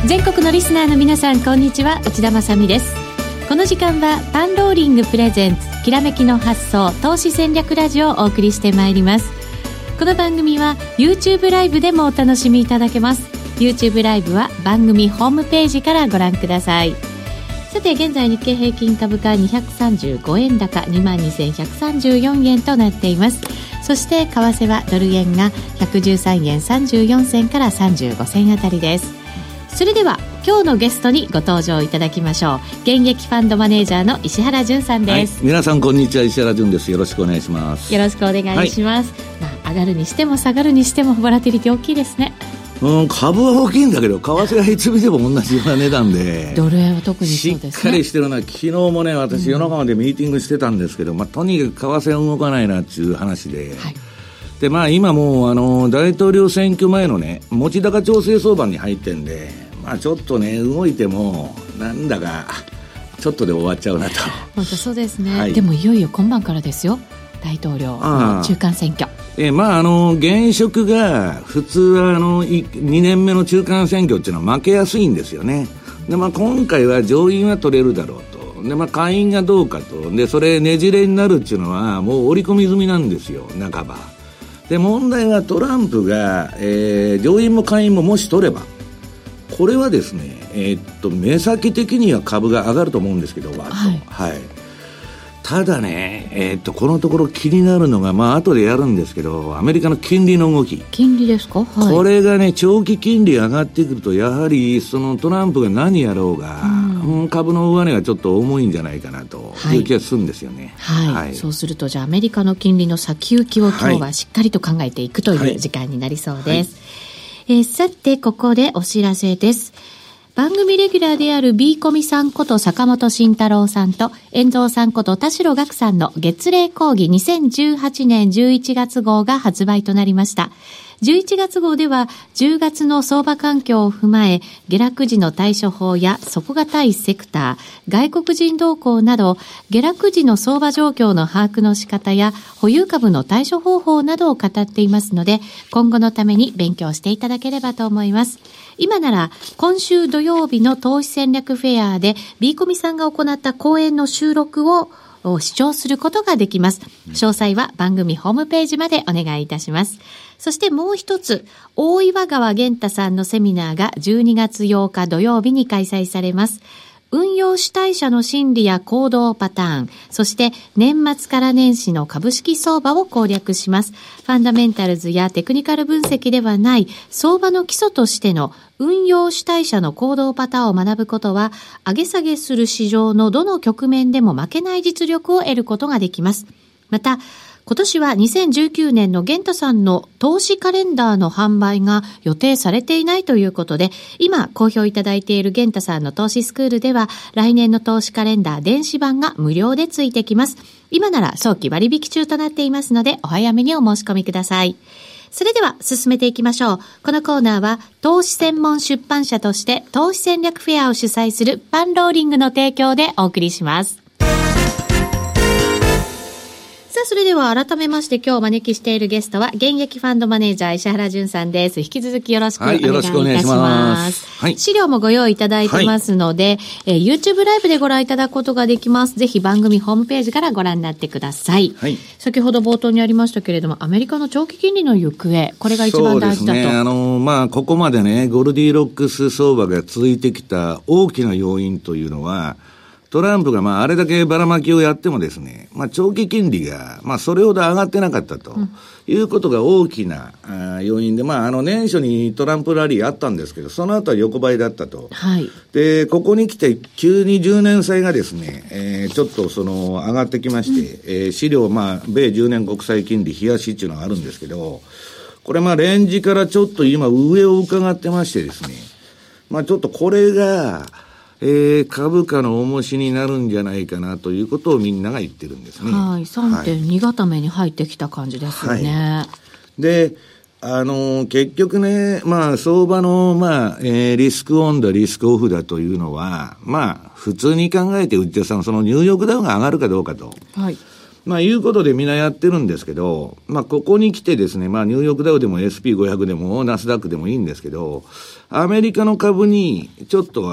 全国のリスナーの皆さん、こんにちは、内田まさみです。この時間はパンローリングプレゼンツきらめきの発想投資戦略ラジオをお送りしてまいります。この番組は YouTube ライブでもお楽しみいただけます。 YouTube ライブは番組ホームページからご覧ください。さて、現在日経平均株価235円高 22,134 円となっています。そして為替はドル円が113円34銭から35銭あたりです。それでは今日のゲストにご登場いただきましょう。現役ファンドマネージャーの石原潤さんです。 はい、皆さんこんにちは、石原潤です。よろしくお願いします。 よろしくお願いします。上がるにしても下がるにしてもボラティリティ大きいですね。 株は大きいんだけど為替がいつ見ても同じような値段でドル円は特にそうですね。 しっかりしてるのは、昨日もね、私夜中までミーティングしてたんですけど、とにかく為替は動かないなっていう話で、はい、で今もう大統領選挙前のね持ち高調整相場に入ってんで、ちょっとね動いてもなんだかちょっとで終わっちゃうなと。 本当そうですね、はい、でもいよいよ今晩からですよ、大統領の中間選挙。 現職が普通は2年目の中間選挙っていうのは負けやすいんですよね。で、今回は上院は取れるだろうと。で、下院がどうかと。で、それねじれになるっていうのはもう織り込み済みなんですよ、半ば。で、問題はトランプが、上院も下院ももし取れば、これはですね、目先的には株が上がると思うんですけど、はい。ただね、このところ気になるのが、後でやるんですけど、アメリカの金利の動き。 金利ですか？はい。 これがね、長期金利上がってくると、やはりそのトランプが何やろうが、株の上値がちょっと重いんじゃないかなという気がするんですよね。 はい。そうすると、じゃあアメリカの金利の先行きを今日はしっかりと考えていくという時間になりそうです。さて、ここでお知らせです。番組レギュラーである B コミさんこと坂本慎太郎さんと遠藤さんこと田代岳さんの月例講義2018年11月号が発売となりました。11月号では10月の相場環境を踏まえ、下落時の対処法や底堅いセクター、外国人動向など、下落時の相場状況の把握の仕方や保有株の対処方法などを語っていますので、今後のために勉強していただければと思います。今なら今週土曜日の投資戦略フェアで B コミさんが行った講演の収録を視聴することができます。詳細は番組ホームページまでお願いいたします。そしてもう一つ、大岩川源太さんのセミナーが12月8日土曜日に開催されます。運用主体者の心理や行動パターン、そして年末から年始の株式相場を攻略します。ファンダメンタルズやテクニカル分析ではない相場の基礎としての運用主体者の行動パターンを学ぶことは、上げ下げする市場のどの局面でも負けない実力を得ることができます。また、今年は2019年の源太さんの投資カレンダーの販売が予定されていないということで、今好評いただいている源太さんの投資スクールでは、来年の投資カレンダー電子版が無料でついてきます。今なら早期割引中となっていますので、お早めにお申し込みください。それでは進めていきましょう。このコーナーは投資専門出版社として投資戦略フェアを主催するパンローリングの提供でお送りします。さあ、それでは改めまして今日お招きしているゲストは現役ファンドマネージャー石原潤さんです。引き続きよろしくお願いいたします。はい、資料もご用意いただいてますので、YouTube ライブでご覧いただくことができます。ぜひ番組ホームページからご覧になってください。はい、先ほど冒頭にありましたけれども、アメリカの長期金利の行方、これが一番大事だと。そうですね。ここまでね、ゴルディロックス相場が続いてきた大きな要因というのは、トランプがあれだけばらまきをやってもですね、長期金利がそれほど上がってなかったということが大きな要因で、年初にトランプラリーあったんですけど、その後は横ばいだったと。はい。で、ここに来て急に10年債がですね、ちょっと上がってきまして、資料米10年国債金利冷やしっていうのがあるんですけど、これレンジからちょっと今上を伺ってましてですね、ちょっとこれが株価の重しになるんじゃないかなということをみんなが言ってるんですね。 はい。3.2 固めに入ってきた感じですよね。はい、 で、結局ね、相場の、リスクオンだ、リスクオフだというのは、普通に考えて、内田さん、そのニューヨークダウが上がるかどうかと。はい。 いうことでみんなやってるんですけど、ここに来てですね、ニューヨークダウでも SP500 でもナスダックでもいいんですけど、アメリカの株にちょっと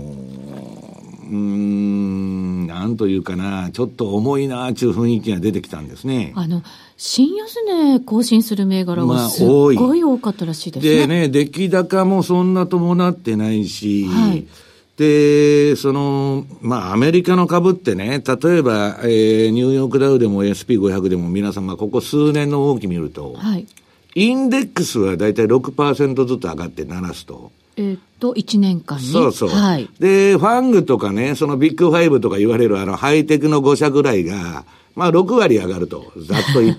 なんというかな、ちょっと重いなという雰囲気が出てきたんですね。 新安値更新する銘柄がすっごい多かったらしいですね。 でね、出来高もそんな伴ってないし、はい、で、アメリカの株ってね、例えば、ニューヨークダウでも SP500 でも皆さんがここ数年の動き見ると、はい、インデックスはだいたい 6% ずつ上がって7すと。 1年間に。 そうそう。 はい。 で、ファングとかね、そのビッグファイブとか言われるハイテクの5社ぐらいが、6割上がると、ざっと言って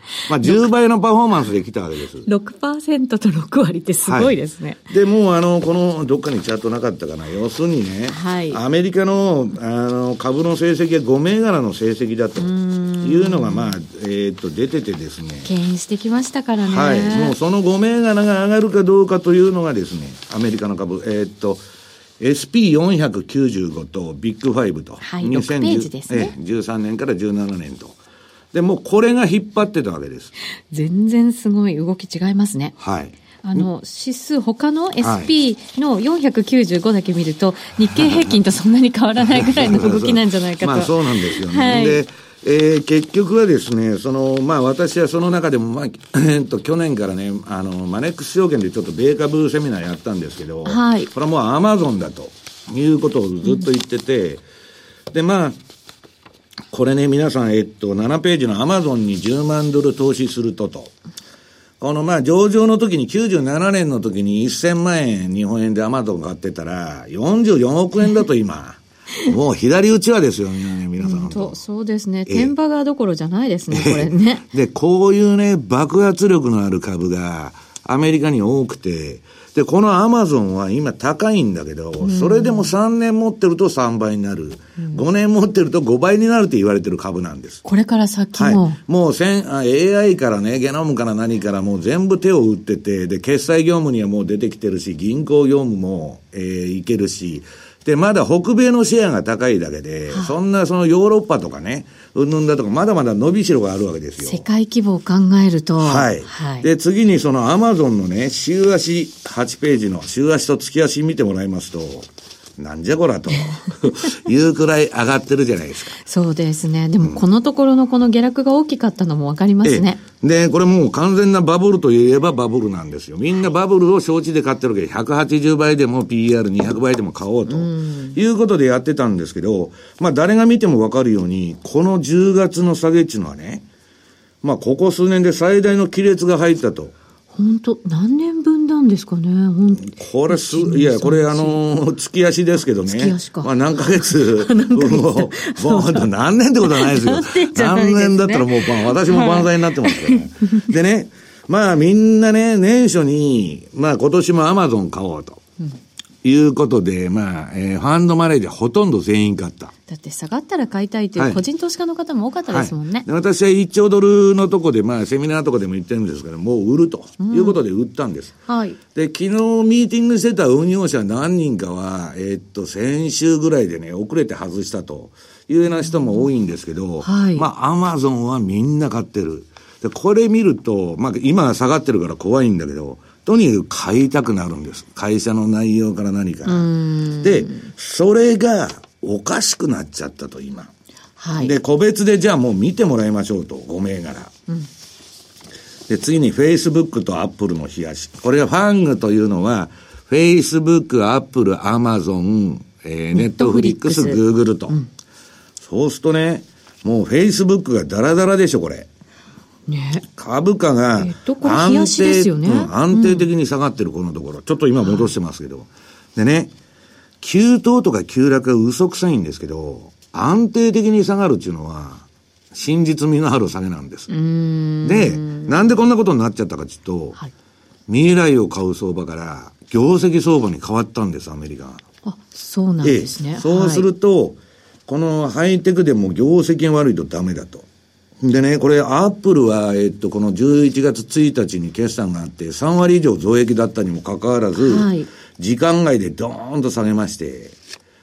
、10倍のパフォーマンスで来たわけです。 6% と6割ってすごいですね。 はい、で、もうこの、どっかにチャートなかったかな。要するにね、はい、アメリカの、株の成績は5銘柄の成績だというのが、出ててですね。 牽引してきましたからね。 はい。もうその5銘柄が上がるかどうかというのがですね、アメリカの株、SP495 とビッグファイブと。 はい、6ページですね。 13年から17年と。で、もうこれが引っ張ってたわけです。 全然すごい動き違いますね。 はい。 指数、他の SP の495だけ見ると、日経平均とそんなに変わらないぐらいの動きなんじゃないかと。 そうなんですよね。 はい、 で、結局はですね、私はその中でも、去年からね、マネックス証券でちょっと米株セミナーやったんですけど、はい。これはもうアマゾンだということをずっと言ってて、で、これね、皆さん、7ページのアマゾンに10万ドル投資すると。この上場の時に97年の時に1000万円日本円でアマゾン買ってたら、44億円だと今。もう左打ちはですよね、皆さん。 そうですね。天馬川どころじゃないですね、これね。 で、こういうね、爆発力のある株がアメリカに多くて、で、このアマゾンは今高いんだけど、それでも3年持ってると3倍になる。5年持ってると5倍になるって言われてる株なんです。 これから先も。 はい。もうAI からね、ゲノムから何からもう全部手を打ってて、で、決済業務にはもう出てきてるし、銀行業務も、いけるし、で、まだ北米のシェアが高いだけで、そんなヨーロッパとかね、うんぬんだとか、まだまだ伸びしろがあるわけですよ。 世界規模を考えると。 はい。はい、で、次にアマゾンのね、週足、8ページの週足と月足見てもらいますと、なんじゃこらというくらい上がってるじゃないですか。 そうですね。でもこのところのこの下落が大きかったのもわかりますね。 で、これもう完全なバブルといえばバブルなんですよ。みんなバブルを承知で買ってるわけで、180倍でも PR200 倍でも買おうということでやってたんですけど、誰が見てもわかるように、この10月の下げっていうのはね、ここ数年で最大の亀裂が入ったと。 本当何年分なんですかね。 これいや、これ月足ですけどね。 月足か。 何ヶ月分を、何年ってことはないですよ。何年だったらもう、私も万歳になってますから、ね。でね、みんなね、年初に、今年もアマゾン買おうと。いうことで、ファンドマネージャーほとんど全員買った。 だって下がったら買いたいという個人投資家の方も多かったですもんね。 はい、私は1兆ドルのとこで、セミナーとかでも言ってるんですけど、もう売るということで売ったんです。はい。で、昨日ミーティングしてた運用者何人かは、先週ぐらいでね、遅れて外したというような人も多いんですけど、はい。アマゾンはみんな買ってる。で、これ見ると、今は下がってるから怖いんだけど、とにかく買いたくなるんです。会社の内容から何から。で、それがおかしくなっちゃったと今。はい。で、個別でじゃあもう見てもらいましょうと、5銘柄。で、次に Facebook と Apple の冷やし。これはファングというのは、Facebook、Apple、Amazon、Netflix、Google と。そうするとね、もう Facebook がダラダラでしょ、これ。ね、株価が安定的に下がってるこのところ。ちょっと今戻してますけど。でね、急騰とか急落が嘘くさいんですけど、安定的に下がるっていうのは、真実味のある下げなんです。で、なんでこんなことになっちゃったかっていうと、はい、未来を買う相場から、業績相場に変わったんです、アメリカ。 あ、そうなんですね。 そうすると、はい、このハイテクでも業績が悪いとダメだと。でね、これ、アップルは、この11月1日に決算があって、3割以上増益だったにもかかわらず、はい、時間外でドーンと下げまして、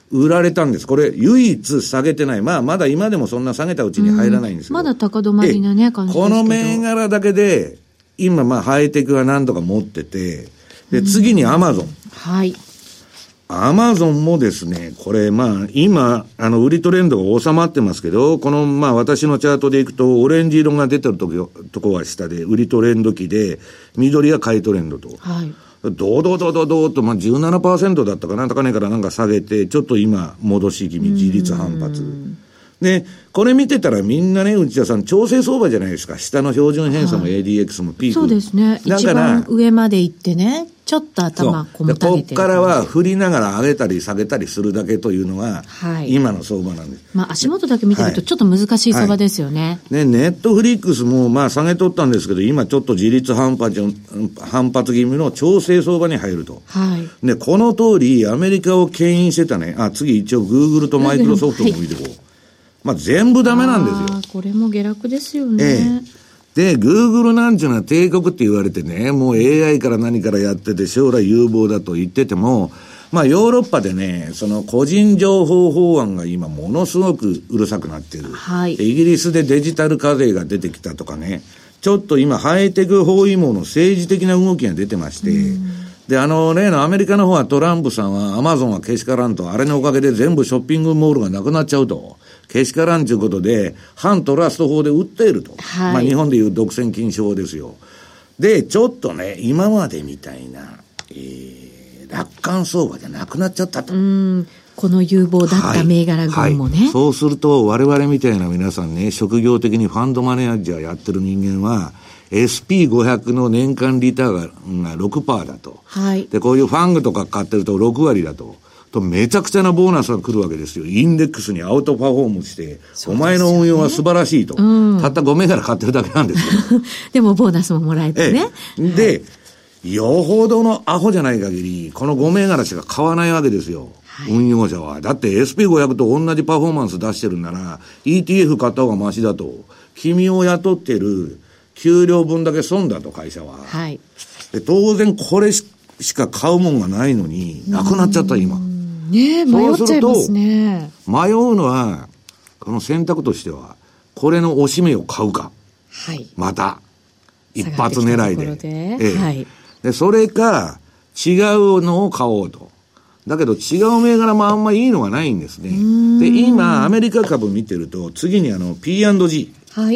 売られたんです。これ、唯一下げてない。まだ今でもそんな下げたうちに入らないんですけど。 まだ高止まりなね、感じですけど。 この銘柄だけで、今、ハイテクは何とか持ってて、で、次にアマゾン。 はい。 アマゾンもですね、これ今、売りトレンドが収まってますけど、この私のチャートでいくと、オレンジ色が出てるとこは下で、売りトレンド期で、緑は買いトレンドと。 はい。 どうと、17% だったかな、高値からなんか下げて、ちょっと今、戻し気味、自立反発。で、これ見てたらみんなね、内田さん、調整相場じゃないですか。下の標準偏差も ADX もピーク。 そうですね。一番上まで行ってね、ちょっと頭こもたげてる。 こっからは振りながら上げたり下げたりするだけというのが、今の相場なんです。 足元だけ見てるとちょっと難しい相場ですよね。 ね、ネットフリックスも下げとったんですけど、今ちょっと自立反発気味の調整相場に入ると。 はい。 で、この通り、アメリカを牽引してたね。次一応 Google とマイクロソフトも見てこう。全部ダメなんですよ。 これも下落ですよね。 で、Google なんちゅうのは帝国って言われてね、もう AI から何からやってて将来有望だと言ってても、ヨーロッパでね、その個人情報法案が今ものすごくうるさくなってる。 はい。 イギリスでデジタル課税が出てきたとかね、ちょっと今ハイテク包囲網の政治的な動きが出てまして、で、例のアメリカの方はトランプさんはアマゾンはけしからんと、あれのおかげで全部ショッピングモールがなくなっちゃうと。けしからんということで、反トラスト法で訴えると。 はい。 日本でいう独占禁止法ですよ。で、ちょっとね、今までみたいな、楽観相場じゃなくなっちゃったと。 この有望だった銘柄群もね。 そうすると、我々みたいな皆さんね、職業的にファンドマネージャーやってる人間は、SP500 の年間リターンが 6% だと。 はい。 で、こういうファングとか買ってると6割だと。めちゃくちゃなボーナスが来るわけですよ。インデックスにアウトパフォームして、お前の運用は素晴らしいと。たった5銘柄買ってるだけなんですよ。 でもボーナスももらえてね。 で、よほどのアホじゃない限り、この5銘柄しか買わないわけですよ。運用者は。だって SP500 と同じパフォーマンス出してるんなら、ETF 買った方がマシだと。君を雇ってる給料分だけ損だと、会社は。 はい。 で、当然これしか買うもんがないのに、なくなっちゃった今。 ねえ、迷っちゃいますね。 迷うのは、この選択としては、これの押し目を買うか。 はい。 また、一発狙いで。 はい。 で、それか、違うのを買おうと。だけど違う銘柄もあんまいいのがないんですね。で、今、アメリカ株見てると、次にP&G。 はい。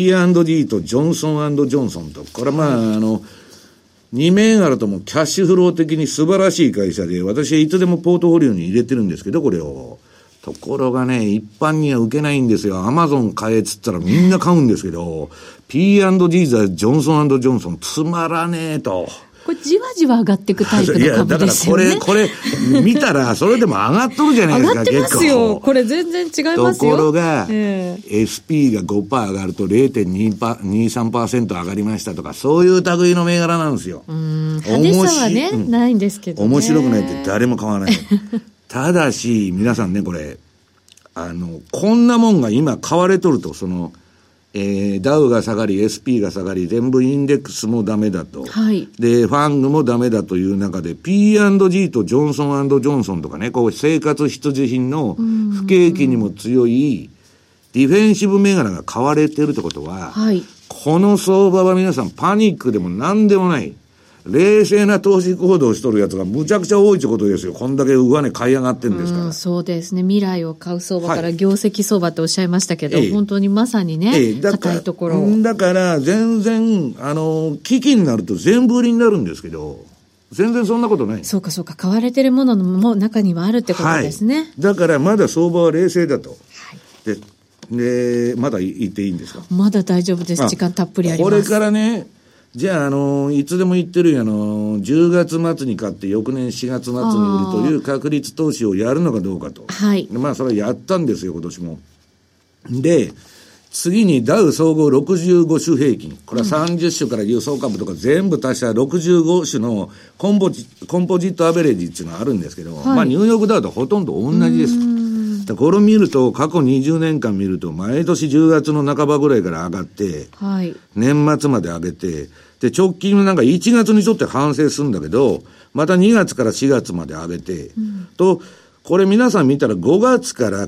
P&G とジョンソン&ジョンソンと、これ2銘柄ともキャッシュフロー的に素晴らしい会社で、私はいつでもポートフォリオに入れてるんですけど、これを。ところがね、一般には受けないんですよ。アマゾン買えっつったらみんな買うんですけど、P&G ザジョンソン&ジョンソンつまらねえと。 これじわじわ上がっていくタイプの株ですよね。 いや、だからこれ見たら、それでも上がっとるじゃないですか、 結構。上がってますよ。これ全然違いますよ。 ところが、SP が 5% 上がると 0.23% 上がりましたとか、そういう類の銘柄なんですよ。 派手さはね、ないんですけどね。 面白くないって誰も買わない。ただし、皆さんね、これ、こんなもんが今買われとると、ダウが下がり、SP が下がり、全部インデックスもダメだと。 はい。 で、ファングもダメだという中で、P&G とジョンソン&ジョンソンとかね、こう生活必需品の不景気にも強いディフェンシブ銘柄が買われてるってことは、 はい。 この相場は皆さんパニックでも何でもない。冷静な投資行動をしとるやつがむちゃくちゃ多いってことですよ。こんだけ上値買い上がってんですから。 そうですね。未来を買う相場から業績相場っておっしゃいましたけど、本当にまさにね、高いところ。 だから全然、危機になると全部売りになるんですけど、全然そんなことない。 そうかそうか。買われてるものも中にはあるってことですね。はい、 だからまだ相場は冷静だと。はい。で、まだ言っていいんですか？ まだ大丈夫です。時間たっぷりあります。 これからね、じゃあ、いつでも言ってる10月末に買って翌年4月末に売るという確率投資をやるのかどうかと。 はい。 それはやったんですよ、今年も。で、次にダウ総合65種平均。これは30種から輸送株とか全部足した65種のコンポジットアベレージっていうのがあるんですけど、はい、ニューヨークダウとほとんど同じです。これを見ると、過去20年間見ると、毎年10月の半ばぐらいから上がって、 はい、 年末まで上げて、で、直近の1月にちょっと反省するんだけど、また2月から4月まで上げて、と、 これ皆さん見たら5月から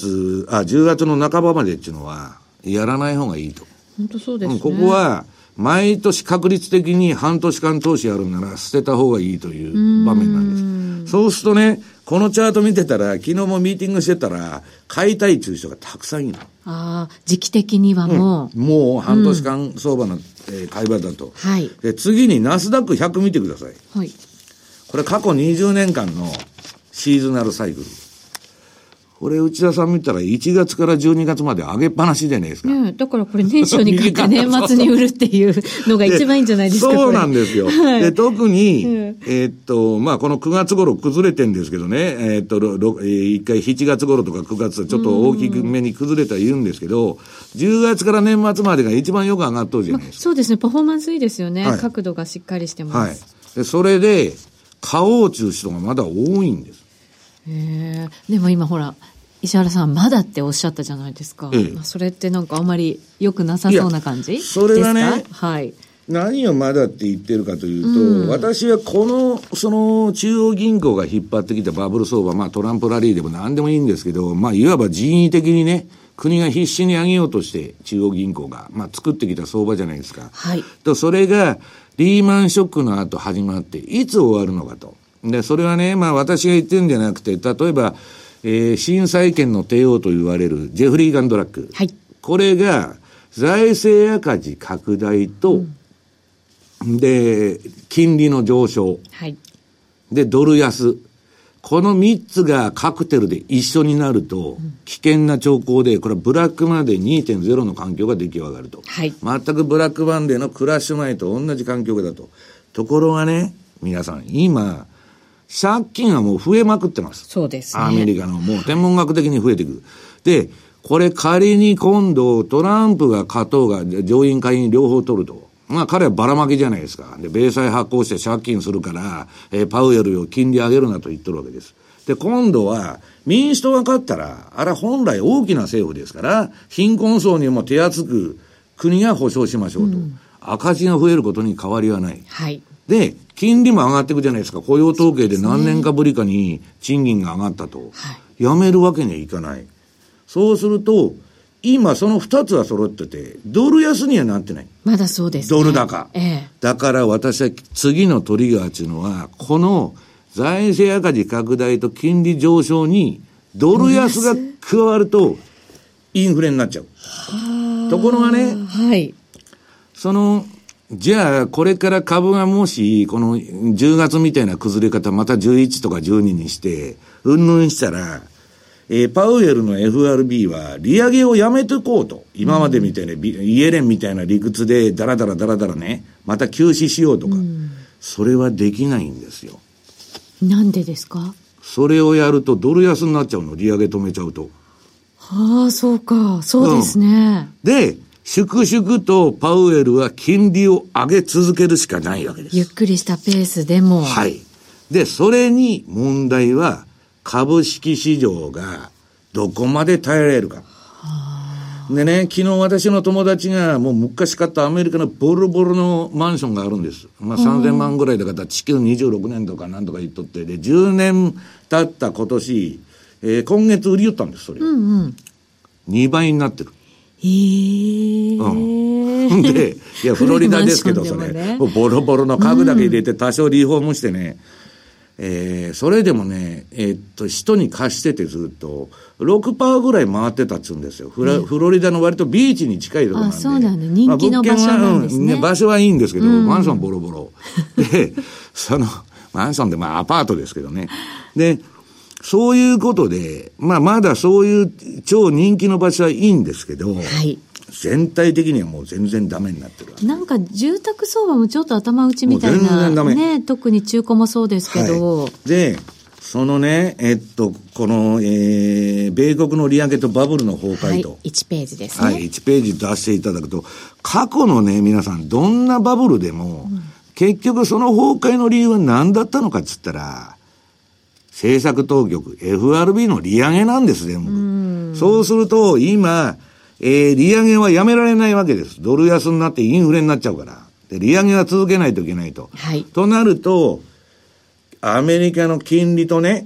10月の半ばまでっていうのは、やらない方がいいと。 本当そうですね。 ここは、毎年確率的に半年間投資やるなら捨てた方がいいという場面なんです。そうするとね、このチャート見てたら、昨日もミーティングしてたら、買いたいという人がたくさんいるの。 ああ、時期的にはもう。 もう半年間相場の、買い場だと。 はい。 で、次にナスダック100見てください。 はい。 これ過去20年間のシーズナルサイクル。これ内田さん見たら1月から12月まで上げっぱなしじゃないですか。 ね、だからこれ年初に買って年末に売るっていうのが一番いいんじゃないですか。 そうなんですよ。 はい、 で、特に、まあ、この9月頃崩れてんですけどね、一回7月頃とか9月ちょっと大きめに崩れたら言うんですけど、10月から年末までが一番よく上がっとるじゃないですか。 そうですね。パフォーマンスいいですよね。 はい、 角度がしっかりしてます。 はい。で、それで、買おうという人がまだ多いんです。 でも今ほら、石原さん、まだっておっしゃったじゃないですか。それってなんかあんまり良くなさそうな感じですか？ それはね、 はい。 何をまだって言ってるかというと、私はその中央銀行が引っ張ってきたバブル相場、まあトランプラリーでも何でもいいんですけど、まあいわば人為的にね、国が必死に上げようとして中央銀行が、まあ作ってきた相場じゃないですか。 はい。 と、それがリーマンショックの後始まって、いつ終わるのかと。で、それはね、まあ私が言ってるんじゃなくて、例えば、新債権の帝王と言われるジェフリー・ガンドラック。 はい。 これが財政赤字拡大と、で、金利の上昇。 はい。 で、ドル安。この3つがカクテルで一緒になると、危険な兆候で、これはブラックマンデー 2.0 の環境が出来上がると。 はい。 全くブラックマンデーのクラッシュ前と同じ環境だと。ところがね、皆さん、今、借金はもう増えまくってます。 そうですね。 アメリカのもう天文学的に増えてくる。で、これ仮に今度トランプが勝とうが上院下院両方取ると。まあ彼はばらまきじゃないですか。で、米債発行して借金するから、パウエルを金利上げるなと言ってるわけです。で、今度は民主党が勝ったら、あれは本来大きな政府ですから、貧困層にも手厚く国が保障しましょうと。赤字が増えることに変わりはない。 はい。 で、金利も上がっていくじゃないですか。雇用統計で何年かぶりかに賃金が上がったと。 はい、 やめるわけにはいかない。そうすると、今その2つは揃ってて、ドル安にはなってない。 まだそうですね。 ドル高。だから私は次のトリガーっていうのは、この財政赤字拡大と金利上昇にドル安が加わるとインフレになっちゃう。ところがね、 はい。 じゃあ、これから株がもし、この10月みたいな崩れ方、また11とか12にして、うんぬんしたら、パウエルの FRB は利上げをやめていこうと。今までみたいな、イエレンみたいな理屈でダラダラね、また休止しようとか。それはできないんですよ。 なんでですか？ それをやるとドル安になっちゃうの、利上げ止めちゃうと。 はあ、そうか。そうですね。 で、粛々とパウエルは金利を上げ続けるしかないわけです。 ゆっくりしたペースでも。 はい。で、それに問題は株式市場がどこまで耐えられるか。でね、昨日私の友達がもう昔買ったアメリカのボロボロのマンションがあるんです。まあ3000万ぐらいだから地球26年とかなんとか言っとって、で、10年経った今年、今月売り寄ったんです、それを。2倍になってる。で、いや、フロリダですけど、それ、ボロボロの家具だけ入れて多少リフォームしてね、それでもね、人に貸しててずっと、6% ぐらい回ってたっつうんですよ。フロリダの割とビーチに近いところなんで。 あ、そうなんだ。人気の場所なんですね。 場所はいいんですけど、マンションボロボロ。で、マンションでアパートですけどね。で、そういうことで、まだそういう超人気の場所はいいんですけど、はい、全体的にはもう全然ダメになってる。 なんか住宅相場もちょっと頭打ちみたいな。全然ダメ。ね、特に中古もそうですけど。 はい、で、そのね、この、米国の利上げとバブルの崩壊と。 はい、1ページですね。 はい、1ページ出していただくと、過去のね、皆さん、どんなバブルでも、結局その崩壊の理由は何だったのかっつったら、政策当局、FRB の利上げなんです、全部。そうすると、今、利上げはやめられないわけです。ドル安になってインフレになっちゃうから。で、利上げは続けないといけないと。 はい。 となると、アメリカの金利とね、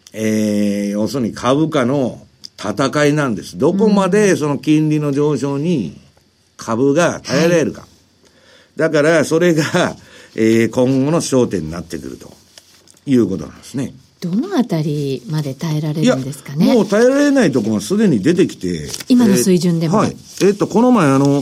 要するに株価の戦いなんです。どこまでその金利の上昇に株が耐えられるか。はい、だからそれが、今後の焦点になってくるということなんですね。 どのあたりまで耐えられるんですかね。 もう耐えられないところがすでに出てきて。 今の水準でも。 はい。この前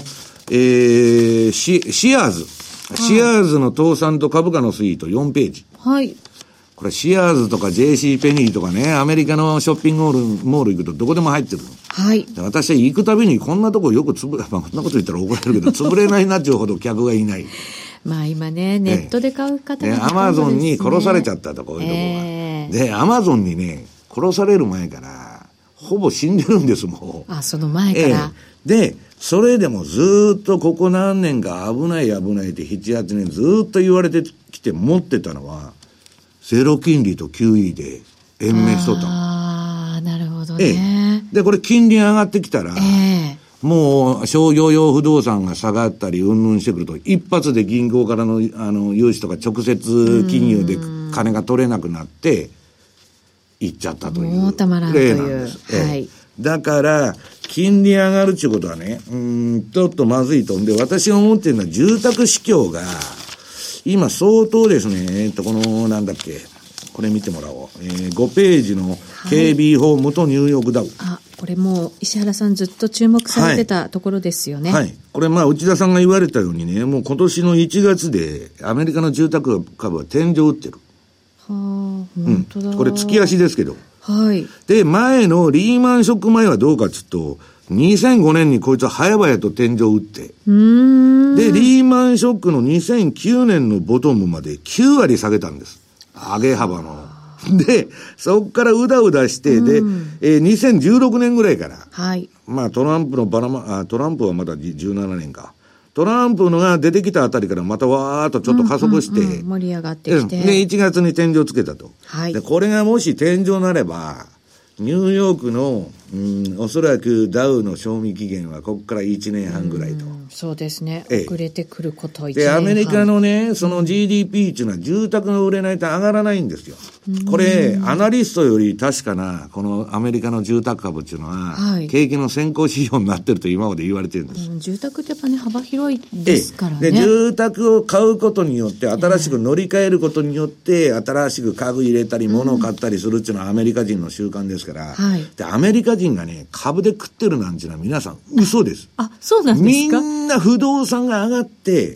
シアーズの倒産と株価の推移と4ページ。 はい。 これシアーズとか JC ペニーとかね、アメリカのショッピングモール行くとどこでも入ってるの。 はい。 私は行くたびにこんなとこよくこんなこと言ったら怒られるけど、潰れないなっちゅうほど客がいない。 まあ今ね、ネットで買う方が、 アマゾンに殺されちゃったと、こういうとこは。で、アマゾンにね、殺される前から、ほぼ死んでるんです、もう。 あ、その前から。 で、それでもずーっとここ何年か危ないって7、8年ずーっと言われてきて持ってたのは、ゼロ金利と QE で延命しとった。 ああ、なるほどね。 で、これ金利上がってきたら、もう商業用不動産が下がったりうんぬんしてくると、一発で銀行からの融資とか直接金融で金が取れなくなっていっちゃったというもうたまらんという。 はい。だから金利上がるっていうことはね、ちょっとまずいと。で、私が思ってるのは住宅市況が今相当ですね、このなんだっけ、これ見てもらおう。5ページの KB ホームとニューヨークダウ。 あ、これもう石原さんずっと注目されてたところですよね。 はい。これ内田さんが言われたようにね、もう今年の1月でアメリカの住宅株は天井打ってる。 はあ、本当だ。 これ月足ですけど。 はい。 で、前のリーマンショック前はどうかっつうと、2005年にこいつは早々と天井打って。で、リーマンショックの2009年のボトムまで9割下げたんです。上げ幅の。で、そっからうだうだして、で、2016年ぐらいから。 はい。 まあトランプはまだ17年か。トランプのが出てきたあたりからまたわーっとちょっと加速して、 盛り上がってきて。 で、1月に天井つけたと。 はい。 で、これがもし天井になれば、ニューヨークの、おそらくダウの賞味期限はここから1年半ぐらいと。 そうですね。遅れてくること1年半。 で、アメリカのね、その GDP っていうのは住宅が売れないと上がらないんですよ。これ、アナリストより確かな、このアメリカの住宅株っていうのは、はい、景気の先行指標になってると今まで言われてるんです。 住宅ってやっぱね、幅広いですからね。 で、住宅を買うことによって、新しく乗り換えることによって、新しく家具入れたり、物を買ったりするっていうのはアメリカ人の習慣ですから、はい、で、アメリカ人がね、株で食ってるなんていうのは皆さん嘘です。 あ、そうなんですか？ みんな不動産が上がって、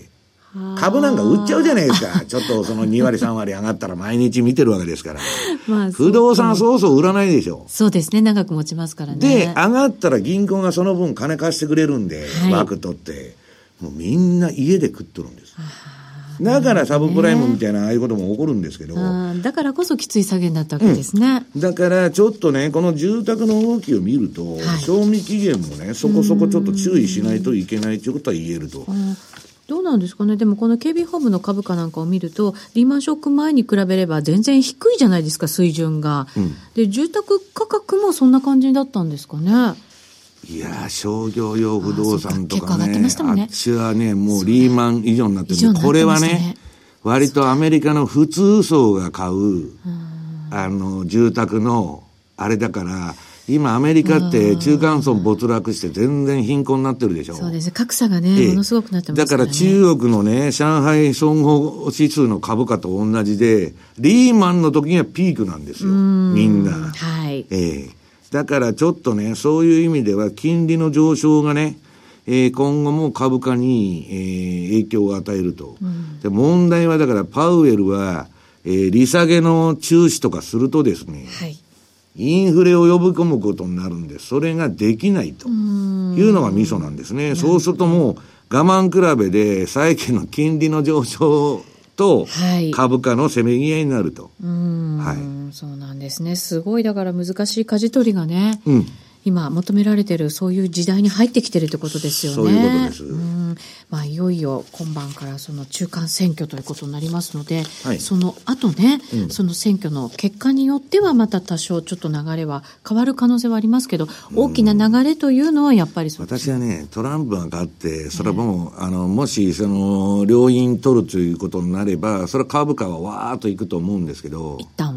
株なんか売っちゃうじゃないですか。ちょっとその2割3割上がったら毎日見てるわけですから。まあ、不動産そうそう売らないでしょ。 そうですね。長く持ちますからね。 で、上がったら銀行がその分金貸してくれるんで、はい、枠取って、もうみんな家で食っとるんです。だからサブプライムみたいなああいうことも起こるんですけど。 だからこそきつい下げになったわけですね。 だからちょっとね、この住宅の動きを見ると、はい、賞味期限もね、そこそこちょっと注意しないといけないということは言えると。 どうなんですかね。でもこの KB ホームの株価なんかを見ると、リーマンショック前に比べれば全然低いじゃないですか、水準が。で、住宅価格もそんな感じだったんですかね。 いや商業用不動産とかね、あっちはね、もうリーマン以上になってるんで、これはね、割とアメリカの普通層が買う、住宅の、あれだから、今アメリカって中間層没落して全然貧困になってるでしょ。 そうですね。格差がね、ものすごくなってますからね。 だから中国のね、上海総合指数の株価と同じで、リーマンの時にはピークなんですよ。みんな。 はい。 だからちょっとね、そういう意味では金利の上昇がね、今後も株価に、影響を与えると。で、問題はだからパウエルは、利下げの中止とかするとですね、はい、インフレを呼び込むことになるんで、それができないというのがミソなんですね。そうするともう我慢比べで債券の金利の上昇と株価のせめぎ合いになると。 はい、そうなんですね。すごいだから難しい舵取りがね、今求められているそういう時代に入ってきているということですよね。 そういうことです。 まあ、いよいよ今晩からその中間選挙ということになりますので、はい、その後ね、その選挙の結果によってはまた多少ちょっと流れは変わる可能性はありますけど、大きな流れというのはやっぱり私はね、トランプが勝って、それはもう、もしそ両院取るということになれば、それは株価はわーっといくと思うんですけど、 一旦は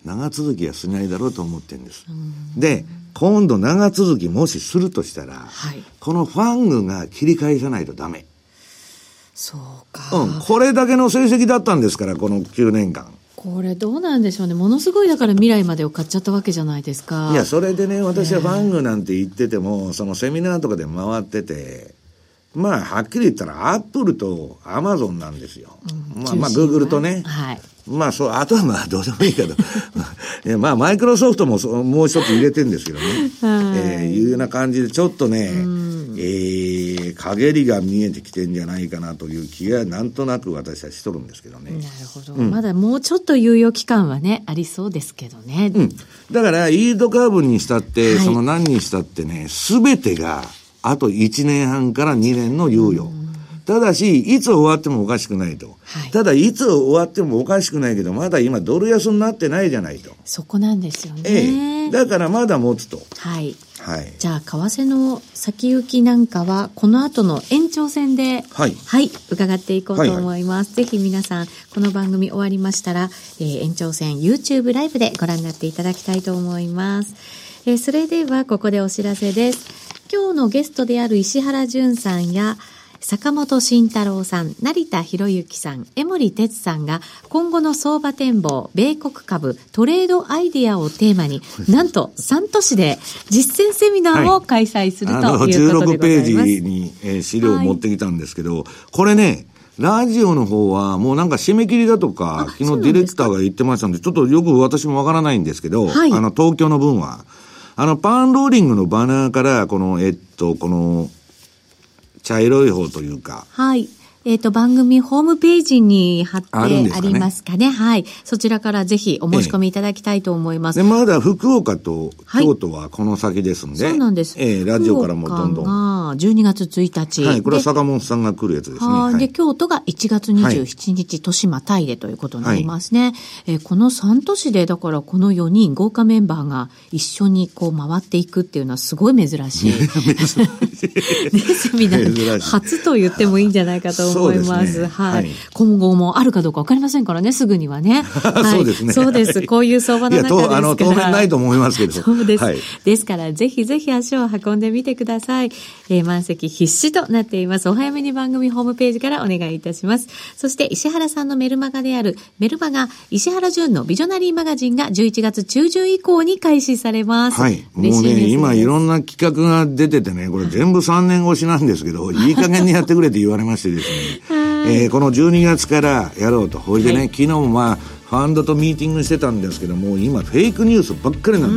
長続きはしないだろうと思ってるんです。で、今度長続きもしするとしたら、はい、このファングが切り返さないとダメ。 そうか。 これだけの成績だったんですから、この9年間。 これどうなんでしょうね。ものすごいだから未来までを買っちゃったわけじゃないですか。 いや、それでね、私はファングなんて言ってても、そのセミナーとかで回ってて、まあ、はっきり言ったら、アップルとアマゾンなんですよ。まあ、グーグルとね。はい。まあ、そう、あとはまあ、どうでもいいけど。いや、まあ、マイクロソフトももう一つ入れてるんですけどね。いうような感じで、ちょっとね、陰りが見えてきてんじゃないかなという気が、なんとなく私はしとるんですけどね。 なるほど。まだもうちょっと猶予期間はね、ありそうですけどね。 だから、イールドカーブにしたって、その何にしたってね、すべてが、あと1年半から2年の猶予。ただし、いつ終わってもおかしくないと。はい、ただ、いつ終わってもおかしくないけど、まだ今ドル安になってないじゃないと。 そこなんですよね。 だからまだ持つと。 はい。はい。じゃあ、為替の先行きなんかは、この後の延長戦で、はい。はい。伺っていこうと思います。ぜひ皆さん、この番組終わりましたら、延長戦 YouTube ライブでご覧になっていただきたいと思います。それでは、ここでお知らせです。今日のゲストである石原淳さんや坂本慎太郎さん、成田博之さん、江森哲さんが今後の相場展望、米国株、トレードアイデアをテーマに、なんと3都市で実践セミナーを開催するということでございます。 16ページに、資料を持ってきたんですけど、これね、ラジオの方はもうなんか締め切りだとか、昨日ディレクターが言ってましたんで、ちょっとよく私もわからないんですけど、はい、東京の分は。パンローリングのバナーから、この、この、茶色い方というか。 はい。番組ホームページに貼ってありますかね。はい。そちらからぜひお申し込みいただきたいと思います。 で、まだ福岡と京都はこの先ですんで。 そうなんです。 ラジオからもどんどん。 12月1日。 はい。これは坂本さんが来るやつですね。 はい。で、京都が1月27日、豊島タイでということになりますね。この3都市で、だからこの4人、豪華メンバーが一緒にこう回っていくっていうのはすごい珍しい。セミナー初と言ってもいいんじゃないかと思います。はい。今後もあるかどうかわかりませんからね、すぐにはね。はい。そうですね。そうです。こういう相場の中ですから。いや、 当面ないと思いますけど。 そうです。ですから、ぜひぜひ足を運んでみてください。満席必至となっています。お早めに番組ホームページからお願いいたします。そして、石原さんのメルマガである、メルマガ、石原淳のビジョナリーマガジンが11月中旬以降に開始されます。 はい。もうね、今いろんな企画が出ててね、これ全部3年越しなんですけど、いい加減にやってくれって言われましてですね。この12月からやろうと。ほいでね、昨日もまあ、ファンドとミーティングしてたんですけども、今フェイクニュースばっかりなんです。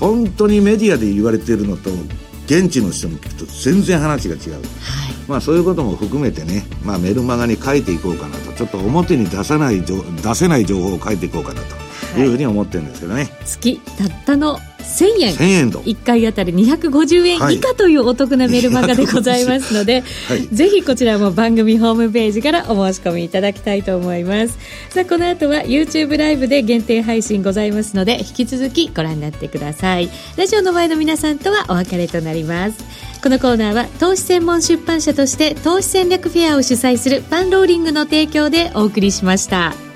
本当にメディアで言われているのと、現地の人に聞くと全然話が違う。はい、まあそういうことも含めてね、まあメルマガに書いていこうかなと、ちょっと表に出せない情報を書いていこうかなというふうに思ってるんですけどね。 月たったの1000円。 1000円と。 1回あたり250円以下というお得なメルマガでございますので、はい、ぜひこちらも番組ホームページからお申し込みいただきたいと思います。さあ、この後は YouTube ライブで限定配信ございますので、引き続きご覧になってください。ラジオの前の皆さんとはお別れとなります。このコーナーは投資専門出版社として投資戦略フェアを主催するパンローリングの提供でお送りしました。